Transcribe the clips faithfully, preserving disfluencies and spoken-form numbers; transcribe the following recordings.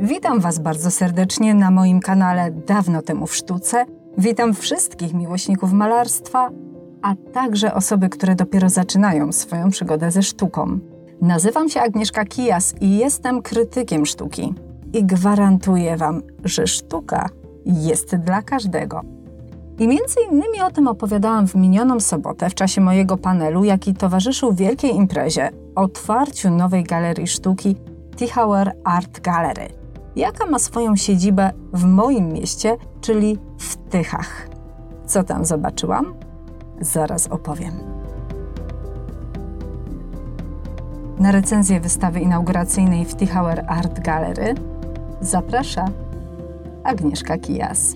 Witam Was bardzo serdecznie na moim kanale Dawno temu w sztuce. Witam wszystkich miłośników malarstwa, a także osoby, które dopiero zaczynają swoją przygodę ze sztuką. Nazywam się Agnieszka Kijas i jestem krytykiem sztuki. I gwarantuję Wam, że sztuka jest dla każdego. I między innymi o tym opowiadałam w minioną sobotę w czasie mojego panelu, jaki towarzyszył wielkiej imprezie, otwarciu nowej galerii sztuki Tihauer Art Gallery, jaka ma swoją siedzibę w moim mieście, czyli w Tychach. Co tam zobaczyłam? Zaraz opowiem. Na recenzję wystawy inauguracyjnej w Tihauer Art Gallery zaprasza Agnieszka Kijas.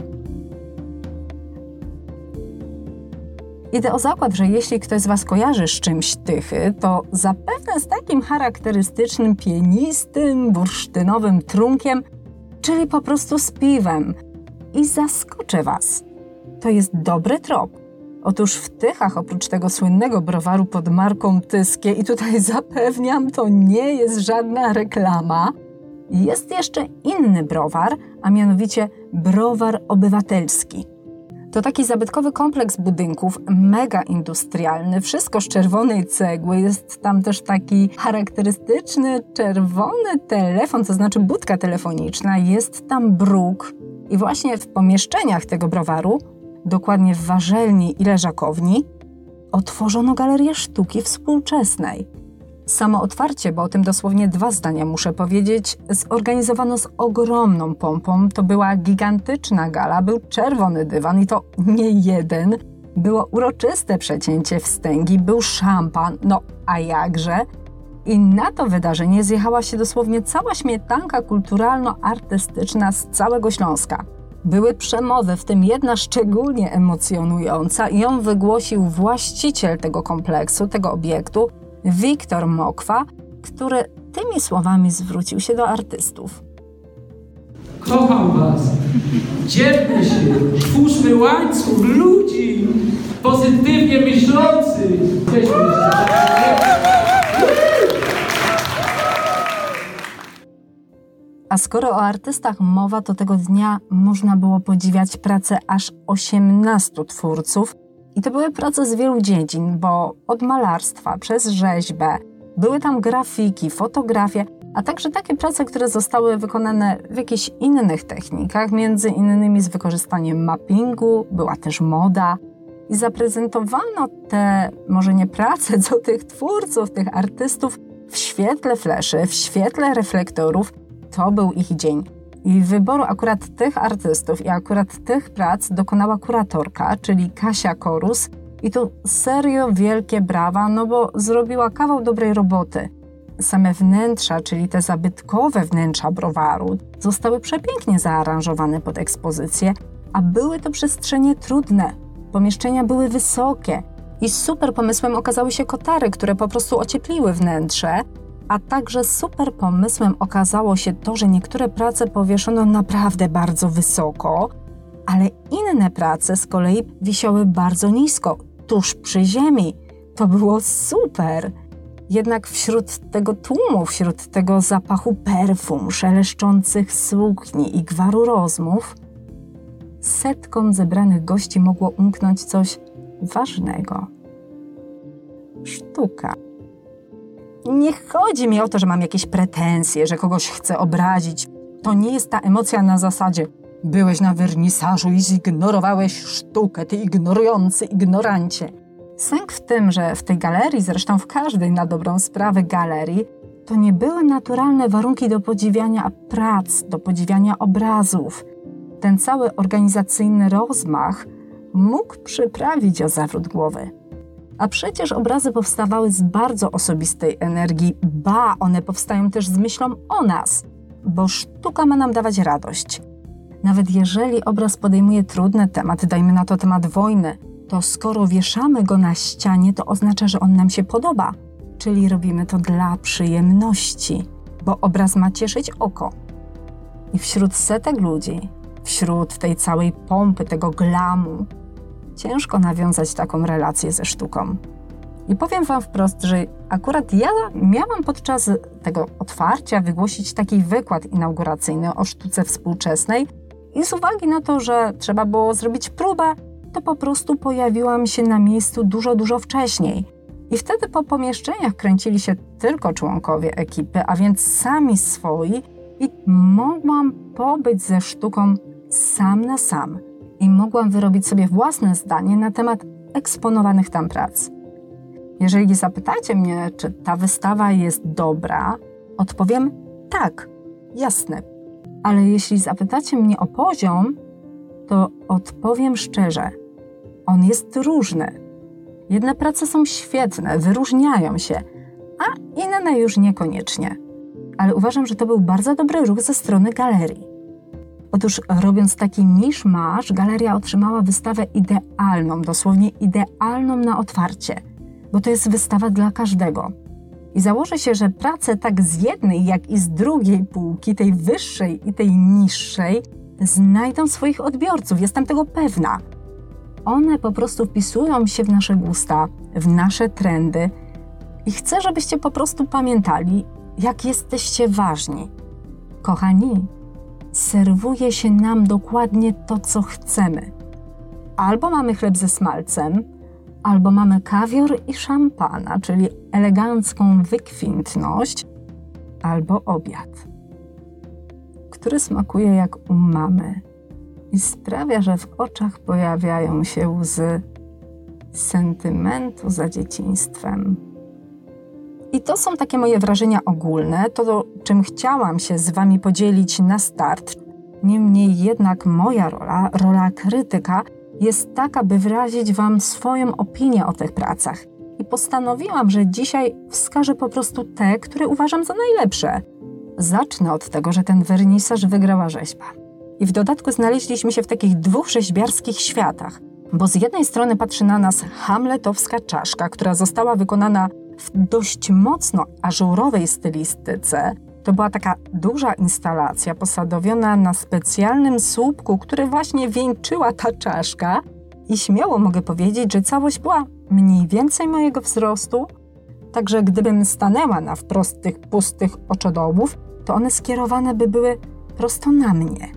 Idę o zakład, że jeśli ktoś z Was kojarzy z czymś Tychy, to zapewne z takim charakterystycznym, pienistym, bursztynowym trunkiem, czyli po prostu z piwem. I zaskoczę Was. To jest dobry trop. Otóż w Tychach, oprócz tego słynnego browaru pod marką Tyskie, i tutaj zapewniam, to nie jest żadna reklama, jest jeszcze inny browar, a mianowicie Browar Obywatelski. To taki zabytkowy kompleks budynków, mega industrialny, wszystko z czerwonej cegły. Jest tam też taki charakterystyczny czerwony telefon, to znaczy budka telefoniczna. Jest tam bruk. I właśnie w pomieszczeniach tego browaru, dokładnie w warzelni i leżakowni, otworzono galerię sztuki współczesnej. Samo otwarcie, bo o tym dosłownie dwa zdania muszę powiedzieć, zorganizowano z ogromną pompą. To była gigantyczna gala, był czerwony dywan i to nie jeden. Było uroczyste przecięcie wstęgi, był szampan, no a jakże? I na to wydarzenie zjechała się dosłownie cała śmietanka kulturalno-artystyczna z całego Śląska. Były przemowy, w tym jedna szczególnie emocjonująca. Ją wygłosił właściciel tego kompleksu, tego obiektu, Wiktor Mokwa, który tymi słowami zwrócił się do artystów. Kocham Was, dzielmy się, twórzmy łańcuch ludzi pozytywnie myślących. Cześć, A skoro o artystach mowa, to tego dnia można było podziwiać pracę aż osiemnastu twórców. I to były prace z wielu dziedzin, bo od malarstwa, przez rzeźbę, były tam grafiki, fotografie, a także takie prace, które zostały wykonane w jakichś innych technikach, między innymi z wykorzystaniem mappingu, była też moda. I zaprezentowano te, może nie prace, co tych twórców, tych artystów w świetle fleszy, w świetle reflektorów. To był ich dzień. I wyboru akurat tych artystów i akurat tych prac dokonała kuratorka, czyli Kasia Korus. I tu serio wielkie brawa, no bo zrobiła kawał dobrej roboty. Same wnętrza, czyli te zabytkowe wnętrza browaru, zostały przepięknie zaaranżowane pod ekspozycję, a były to przestrzenie trudne. Pomieszczenia były wysokie i super pomysłem okazały się kotary, które po prostu ociepliły wnętrze. A także super pomysłem okazało się to, że niektóre prace powieszono naprawdę bardzo wysoko, ale inne prace z kolei wisiały bardzo nisko, tuż przy ziemi. To było super! Jednak wśród tego tłumu, wśród tego zapachu perfum, szeleszczących sukni i gwaru rozmów, setkom zebranych gości mogło umknąć coś ważnego. Sztuka. Nie chodzi mi o to, że mam jakieś pretensje, że kogoś chcę obrazić. To nie jest ta emocja na zasadzie byłeś na wernisażu i zignorowałeś sztukę, ty ignorujący ignorancie. Sęk w tym, że w tej galerii, zresztą w każdej na dobrą sprawę galerii, to nie były naturalne warunki do podziwiania prac, do podziwiania obrazów. Ten cały organizacyjny rozmach mógł przyprawić o zawrót głowy. A przecież obrazy powstawały z bardzo osobistej energii, ba, one powstają też z myślą o nas, bo sztuka ma nam dawać radość. Nawet jeżeli obraz podejmuje trudny temat, dajmy na to temat wojny, to skoro wieszamy go na ścianie, to oznacza, że on nam się podoba, czyli robimy to dla przyjemności, bo obraz ma cieszyć oko. I wśród setek ludzi, wśród tej całej pompy, tego glamu, ciężko nawiązać taką relację ze sztuką. I powiem Wam wprost, że Akurat ja miałam podczas tego otwarcia wygłosić taki wykład inauguracyjny o sztuce współczesnej i z uwagi na to, że trzeba było zrobić próbę, to po prostu pojawiłam się na miejscu dużo, dużo wcześniej. I wtedy po pomieszczeniach kręcili się tylko członkowie ekipy, a więc sami swoi, i mogłam pobyć ze sztuką sam na sam i mogłam wyrobić sobie własne zdanie na temat eksponowanych tam prac. Jeżeli zapytacie mnie, czy ta wystawa jest dobra, odpowiem tak, jasne. Ale jeśli zapytacie mnie o poziom, to odpowiem szczerze. On jest różny. Jedne prace są świetne, wyróżniają się, a inne już niekoniecznie. Ale uważam, że to był bardzo dobry ruch ze strony galerii. Otóż robiąc taki miszmasz, galeria otrzymała wystawę idealną, dosłownie idealną na otwarcie, bo to jest wystawa dla każdego. I założę się, że prace tak z jednej, jak i z drugiej półki, tej wyższej i tej niższej, znajdą swoich odbiorców, jestem tego pewna. One po prostu wpisują się w nasze gusta, w nasze trendy i chcę, żebyście po prostu pamiętali, jak jesteście ważni. Kochani, serwuje się nam dokładnie to, co chcemy. Albo mamy chleb ze smalcem, albo mamy kawior i szampana, czyli elegancką wykwintność, albo obiad, który smakuje jak u mamy i sprawia, że w oczach pojawiają się łzy sentymentu za dzieciństwem. I to są takie moje wrażenia ogólne, to czym chciałam się z Wami podzielić na start. Niemniej jednak moja rola, rola krytyka, jest taka, by wyrazić Wam swoją opinię o tych pracach. I postanowiłam, że dzisiaj wskażę po prostu te, które uważam za najlepsze. Zacznę od tego, że ten wernisaż wygrała rzeźba. I w dodatku znaleźliśmy się w takich dwóch rzeźbiarskich światach, bo z jednej strony patrzy na nas hamletowska czaszka, która została wykonana w dość mocno ażurowej stylistyce. To była taka duża instalacja posadowiona na specjalnym słupku, który właśnie wieńczyła ta czaszka i śmiało mogę powiedzieć, że całość była mniej więcej mojego wzrostu, także gdybym stanęła na wprost tych pustych oczodołów, to one skierowane by były prosto na mnie.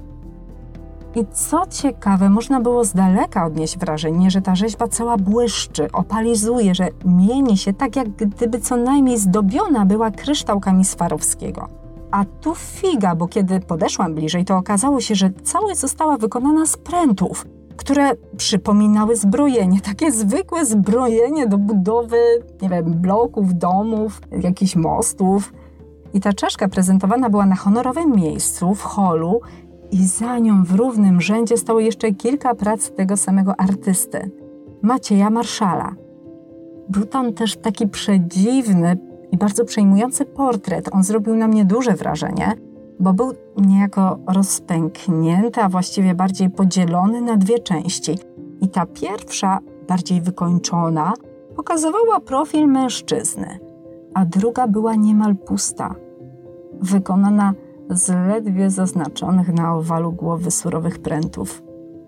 I co ciekawe, można było z daleka odnieść wrażenie, że ta rzeźba cała błyszczy, opalizuje, że mieni się tak, jak gdyby co najmniej zdobiona była kryształkami Swarowskiego. A tu figa, bo kiedy podeszłam bliżej, to okazało się, że całość została wykonana z prętów, które przypominały zbrojenie, takie zwykłe zbrojenie do budowy, nie wiem, bloków, domów, jakichś mostów. I ta czaszka prezentowana była na honorowym miejscu, w holu, i za nią w równym rzędzie stało jeszcze kilka prac tego samego artysty, Macieja Marszala. Był tam też taki przedziwny i bardzo przejmujący portret. On zrobił na mnie duże wrażenie, bo był niejako rozpęknięty, a właściwie bardziej podzielony na dwie części. I ta pierwsza, bardziej wykończona, pokazywała profil mężczyzny, a druga była niemal pusta, wykonana z ledwie zaznaczonych na owalu głowy surowych prętów.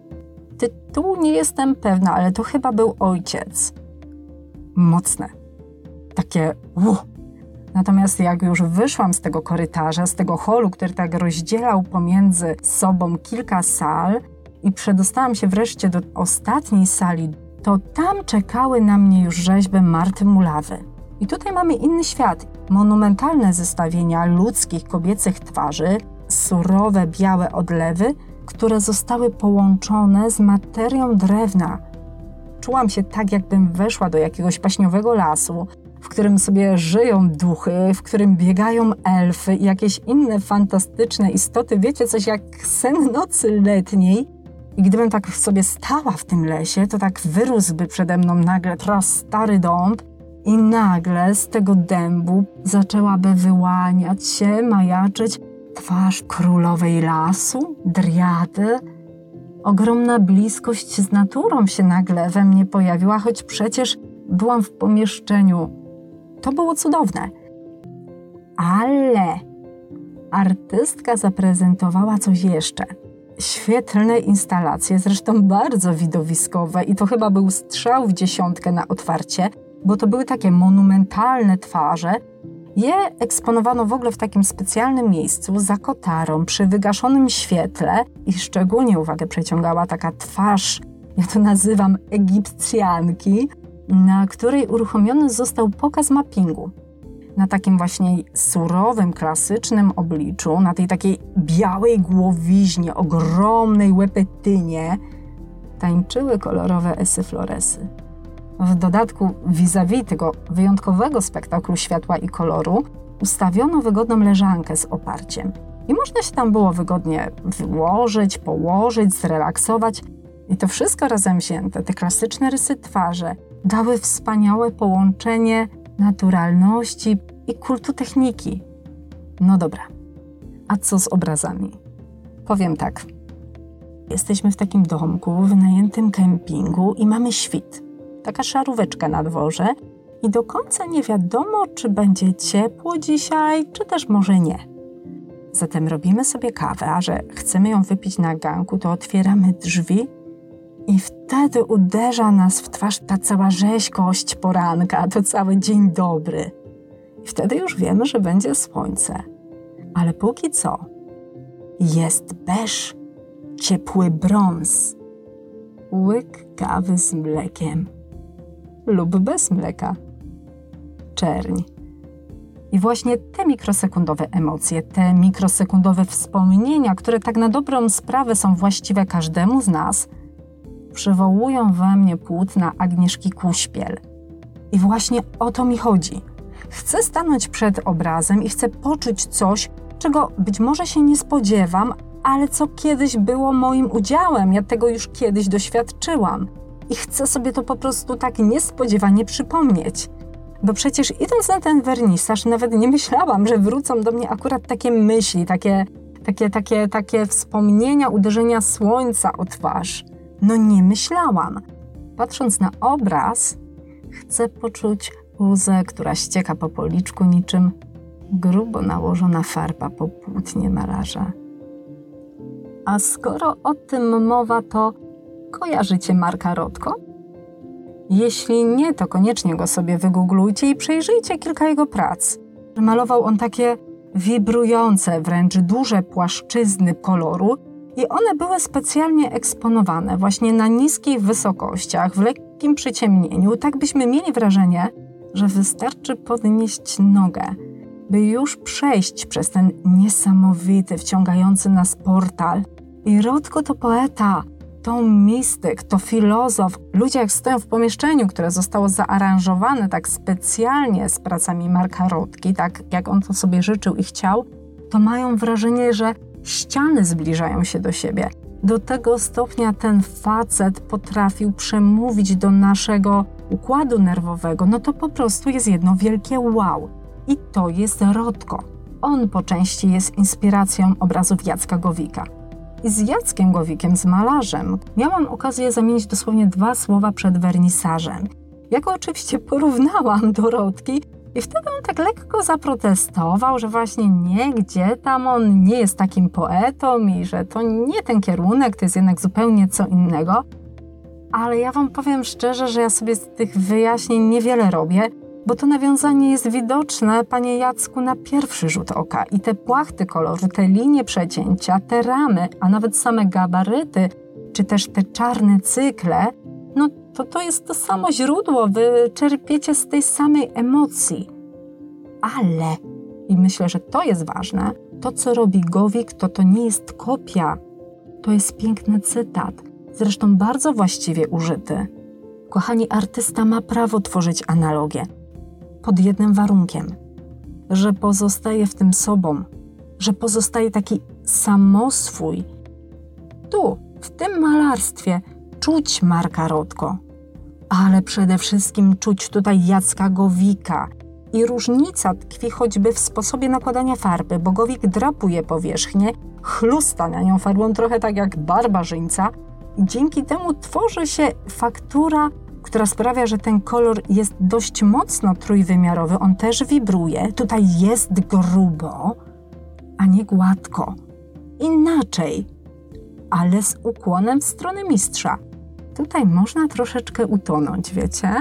Tytułu nie jestem pewna, ale to chyba był Ojciec. Mocne. Takie uh. Natomiast jak już wyszłam z tego korytarza, z tego holu, który tak rozdzielał pomiędzy sobą kilka sal i przedostałam się wreszcie do ostatniej sali, to tam czekały na mnie już rzeźby Marty Mulawy. I tutaj mamy inny świat. Monumentalne zestawienia ludzkich, kobiecych twarzy, surowe, białe odlewy, które zostały połączone z materią drewna. Czułam się tak, jakbym weszła do jakiegoś paśniowego lasu, w którym sobie żyją duchy, w którym biegają elfy i jakieś inne fantastyczne istoty. Wiecie, coś jak sen nocy letniej. I gdybym tak sobie stała w tym lesie, to tak wyrósłby przede mną nagle prastary dąb i nagle z tego dębu zaczęłaby wyłaniać się, majaczyć twarz królowej lasu, driady. Ogromna bliskość z naturą się nagle we mnie pojawiła, choć przecież byłam w pomieszczeniu. To było cudowne. Ale artystka zaprezentowała coś jeszcze. Świetlne instalacje, zresztą bardzo widowiskowe i to chyba był strzał w dziesiątkę na otwarcie, bo to były takie monumentalne twarze. Je eksponowano w ogóle w takim specjalnym miejscu, za kotarą, przy wygaszonym świetle i szczególnie uwagę przyciągała taka twarz, ja to nazywam Egipcjanki, na której uruchomiony został pokaz mappingu. Na takim właśnie surowym, klasycznym obliczu, na tej takiej białej głowiźnie, ogromnej łepetynie tańczyły kolorowe esyfloresy. W dodatku vis-a-vis tego wyjątkowego spektaklu światła i koloru ustawiono wygodną leżankę z oparciem. I można się tam było wygodnie wyłożyć, położyć, zrelaksować. I to wszystko razem wzięte, te klasyczne rysy twarzy, dały wspaniałe połączenie naturalności i kultu techniki. No dobra, a co z obrazami? Powiem tak. Jesteśmy w takim domku, wynajętym kempingu i mamy świt. Taka szaróweczka na dworze i do końca nie wiadomo, czy będzie ciepło dzisiaj, czy też może nie. Zatem robimy sobie kawę, a że chcemy ją wypić na ganku, to otwieramy drzwi i wtedy uderza nas w twarz ta cała rzeźkość poranka, to cały dzień dobry. I wtedy już wiemy, że będzie słońce. Ale póki co jest beż, ciepły brąz, łyk kawy z mlekiem lub bez mleka, czerń. I właśnie te mikrosekundowe emocje, te mikrosekundowe wspomnienia, które tak na dobrą sprawę są właściwe każdemu z nas, przywołują we mnie płótna Agnieszki Kuśpiel. I właśnie o to mi chodzi. Chcę stanąć przed obrazem i chcę poczuć coś, czego być może się nie spodziewam, ale co kiedyś było moim udziałem. Ja tego już kiedyś doświadczyłam. I chcę sobie to po prostu tak niespodziewanie przypomnieć. Bo przecież idąc na ten wernisaż nawet nie myślałam, że wrócą do mnie akurat takie myśli, takie, takie, takie, takie wspomnienia uderzenia słońca o twarz. No nie myślałam. Patrząc na obraz, chcę poczuć łzę, która ścieka po policzku niczym grubo nałożona farba po płótnie malarza. A skoro o tym mowa, to kojarzycie Marka Rothko? Jeśli nie, to koniecznie go sobie wygooglujcie i przejrzyjcie kilka jego prac. Malował on takie wibrujące, wręcz duże płaszczyzny koloru i one były specjalnie eksponowane właśnie na niskich wysokościach, w lekkim przyciemnieniu, tak byśmy mieli wrażenie, że wystarczy podnieść nogę, by już przejść przez ten niesamowity, wciągający nas portal. I Rothko to poeta, to mistyk, to filozof. Ludzie jak stoją w pomieszczeniu, które zostało zaaranżowane tak specjalnie z pracami Marka Rothki, tak jak on to sobie życzył i chciał, to mają wrażenie, że ściany zbliżają się do siebie. Do tego stopnia ten facet potrafił przemówić do naszego układu nerwowego. No to po prostu jest jedno wielkie wow. I to jest Rothko. On po części jest inspiracją obrazów Jacka Gowika. I z Jackiem Gowikiem, z malarzem, miałam okazję zamienić dosłownie dwa słowa przed wernisażem. Ja go oczywiście porównałam do Rothki i wtedy on tak lekko zaprotestował, że właśnie nie, gdzie tam on nie jest takim poetą i że to nie ten kierunek, to jest jednak zupełnie co innego. Ale ja wam powiem szczerze, że ja sobie z tych wyjaśnień niewiele robię, bo to nawiązanie jest widoczne, panie Jacku, na pierwszy rzut oka. I te płachty koloru, te linie przecięcia, te ramy, a nawet same gabaryty, czy też te czarne cykle, no to to jest to samo źródło, wy czerpiecie z tej samej emocji. Ale, i myślę, że to jest ważne, to co robi Gowik, to to nie jest kopia. To jest piękny cytat, zresztą bardzo właściwie użyty. Kochani, artysta ma prawo tworzyć analogię. Pod jednym warunkiem, że pozostaje w tym sobą, że pozostaje taki samoswój. Tu, w tym malarstwie, czuć Marka Rothko, ale przede wszystkim czuć tutaj Jacka Gowika. I różnica tkwi choćby w sposobie nakładania farby, bo Gowik drapuje powierzchnię, chlusta na nią farbą trochę tak jak barbarzyńca i dzięki temu tworzy się faktura, która sprawia, że ten kolor jest dość mocno trójwymiarowy, on też wibruje. Tutaj jest grubo, a nie gładko. Inaczej, ale z ukłonem w stronę mistrza. Tutaj można troszeczkę utonąć, wiecie?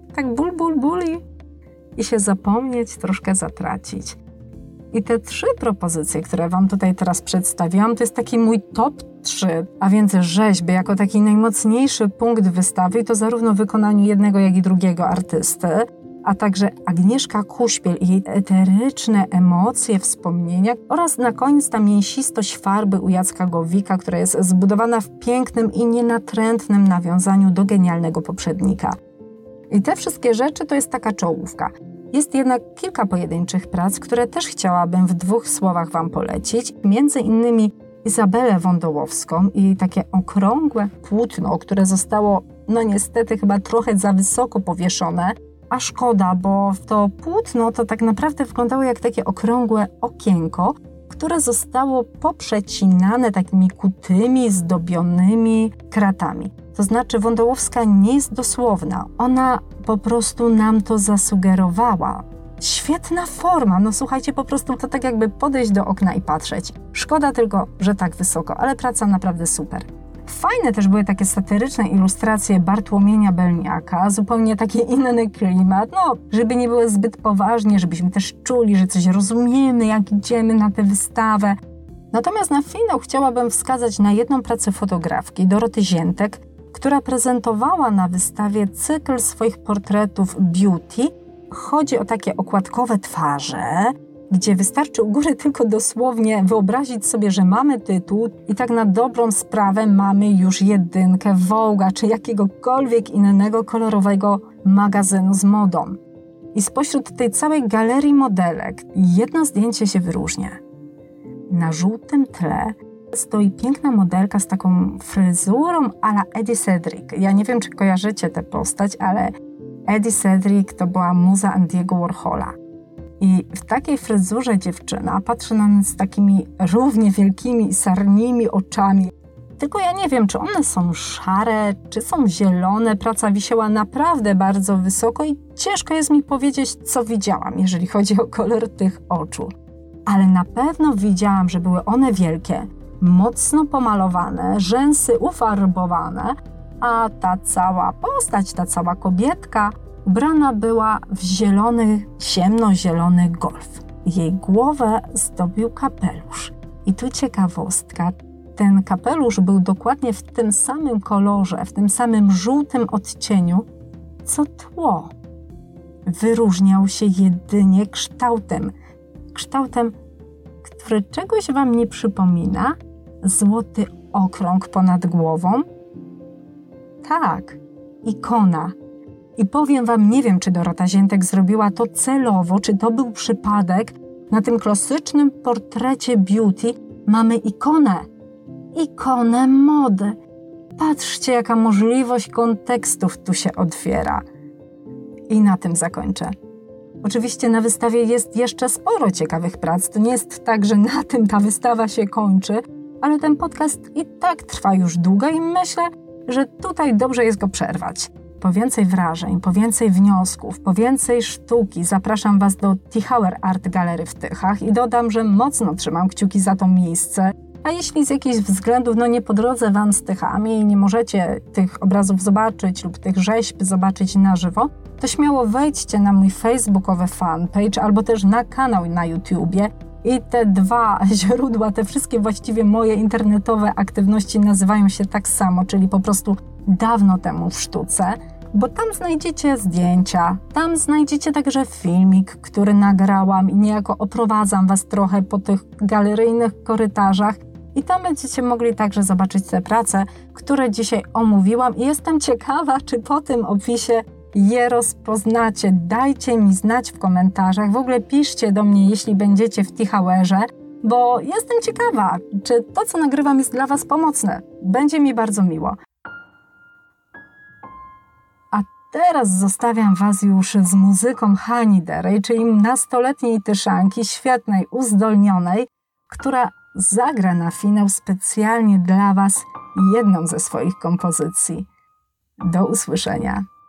tak ból, ból, ból i, i się zapomnieć, troszkę zatracić. I te trzy propozycje, które Wam tutaj teraz przedstawiłam, to jest taki mój top trzy, a więc rzeźby jako taki najmocniejszy punkt wystawy i to zarówno w wykonaniu jednego, jak i drugiego artysty, a także Agnieszka Kuśpiel i jej eteryczne emocje, wspomnienia oraz na koniec ta mięsistość farby u Jacka Gowika, która jest zbudowana w pięknym i nienatrętnym nawiązaniu do genialnego poprzednika. I te wszystkie rzeczy to jest taka czołówka. Jest jednak kilka pojedynczych prac, które też chciałabym w dwóch słowach Wam polecić. Między innymi Izabelę Wądołowską i takie okrągłe płótno, które zostało, no niestety, chyba trochę za wysoko powieszone. A szkoda, bo to płótno to tak naprawdę wyglądało jak takie okrągłe okienko, które zostało poprzecinane takimi kutymi, zdobionymi kratami. To znaczy Wądołowska nie jest dosłowna. Ona po prostu nam to zasugerowała. Świetna forma. No słuchajcie, po prostu to tak jakby podejść do okna i patrzeć. Szkoda tylko, że tak wysoko, ale praca naprawdę super. Fajne też były takie satyryczne ilustracje Bartłomienia Belniaka, zupełnie taki inny klimat, no, żeby nie było zbyt poważnie, żebyśmy też czuli, że coś rozumiemy, jak idziemy na tę wystawę. Natomiast na finał chciałabym wskazać na jedną pracę fotografki, Doroty Ziętek, która prezentowała na wystawie cykl swoich portretów beauty. Chodzi o takie okładkowe twarze, gdzie wystarczy u góry tylko dosłownie wyobrazić sobie, że mamy tytuł i tak na dobrą sprawę mamy już jedynkę Vogue'a czy jakiegokolwiek innego kolorowego magazynu z modą. I spośród tej całej galerii modelek jedno zdjęcie się wyróżnia. Na żółtym tle stoi piękna modelka z taką fryzurą a la Eddie Cedric. Ja nie wiem, czy kojarzycie tę postać, ale Eddie Cedric to była muza Andiego Warhola. I w takiej fryzurze dziewczyna patrzy na nas z takimi równie wielkimi i sarnimi oczami. Tylko ja nie wiem, czy one są szare, czy są zielone. Praca wisiała naprawdę bardzo wysoko i ciężko jest mi powiedzieć, co widziałam, jeżeli chodzi o kolor tych oczu. Ale na pewno widziałam, że były one wielkie, mocno pomalowane, rzęsy ufarbowane, a ta cała postać, ta cała kobietka ubrana była w zielony, ciemnozielony golf. Jej głowę zdobił kapelusz. I tu ciekawostka, ten kapelusz był dokładnie w tym samym kolorze, w tym samym żółtym odcieniu, co tło. Wyróżniał się jedynie kształtem. Kształtem, który czegoś Wam nie przypomina? Złoty okrąg ponad głową? Tak, ikona. I powiem Wam, nie wiem, czy Dorota Ziętek zrobiła to celowo, czy to był przypadek. Na tym klasycznym portrecie beauty mamy ikonę. Ikonę mody. Patrzcie, jaka możliwość kontekstów tu się otwiera. I na tym zakończę. Oczywiście na wystawie jest jeszcze sporo ciekawych prac. To nie jest tak, że na tym ta wystawa się kończy, ale ten podcast i tak trwa już długo i myślę, że tutaj dobrze jest go przerwać. Po więcej wrażeń, po więcej wniosków, po więcej sztuki zapraszam Was do Tichauer Art Gallery w Tychach i dodam, że mocno trzymam kciuki za to miejsce. A jeśli z jakichś względów no nie po drodze Wam z Tychami i nie możecie tych obrazów zobaczyć lub tych rzeźb zobaczyć na żywo, to śmiało wejdźcie na mój facebookowy fanpage albo też na kanał na YouTubie. I te dwa źródła, te wszystkie właściwie moje internetowe aktywności nazywają się tak samo, czyli po prostu dawno temu w sztuce, bo tam znajdziecie zdjęcia, tam znajdziecie także filmik, który nagrałam i niejako oprowadzam Was trochę po tych galeryjnych korytarzach i tam będziecie mogli także zobaczyć te prace, które dzisiaj omówiłam i jestem ciekawa, czy po tym opisie je rozpoznacie. Dajcie mi znać w komentarzach, w ogóle piszcie do mnie, jeśli będziecie w Tichauerze, bo jestem ciekawa, czy to, co nagrywam, jest dla Was pomocne. Będzie mi bardzo miło. A teraz zostawiam Was już z muzyką Hani Derej, czyli nastoletniej Tyszanki, świetnej, uzdolnionej, która zagra na finał specjalnie dla Was jedną ze swoich kompozycji. Do usłyszenia.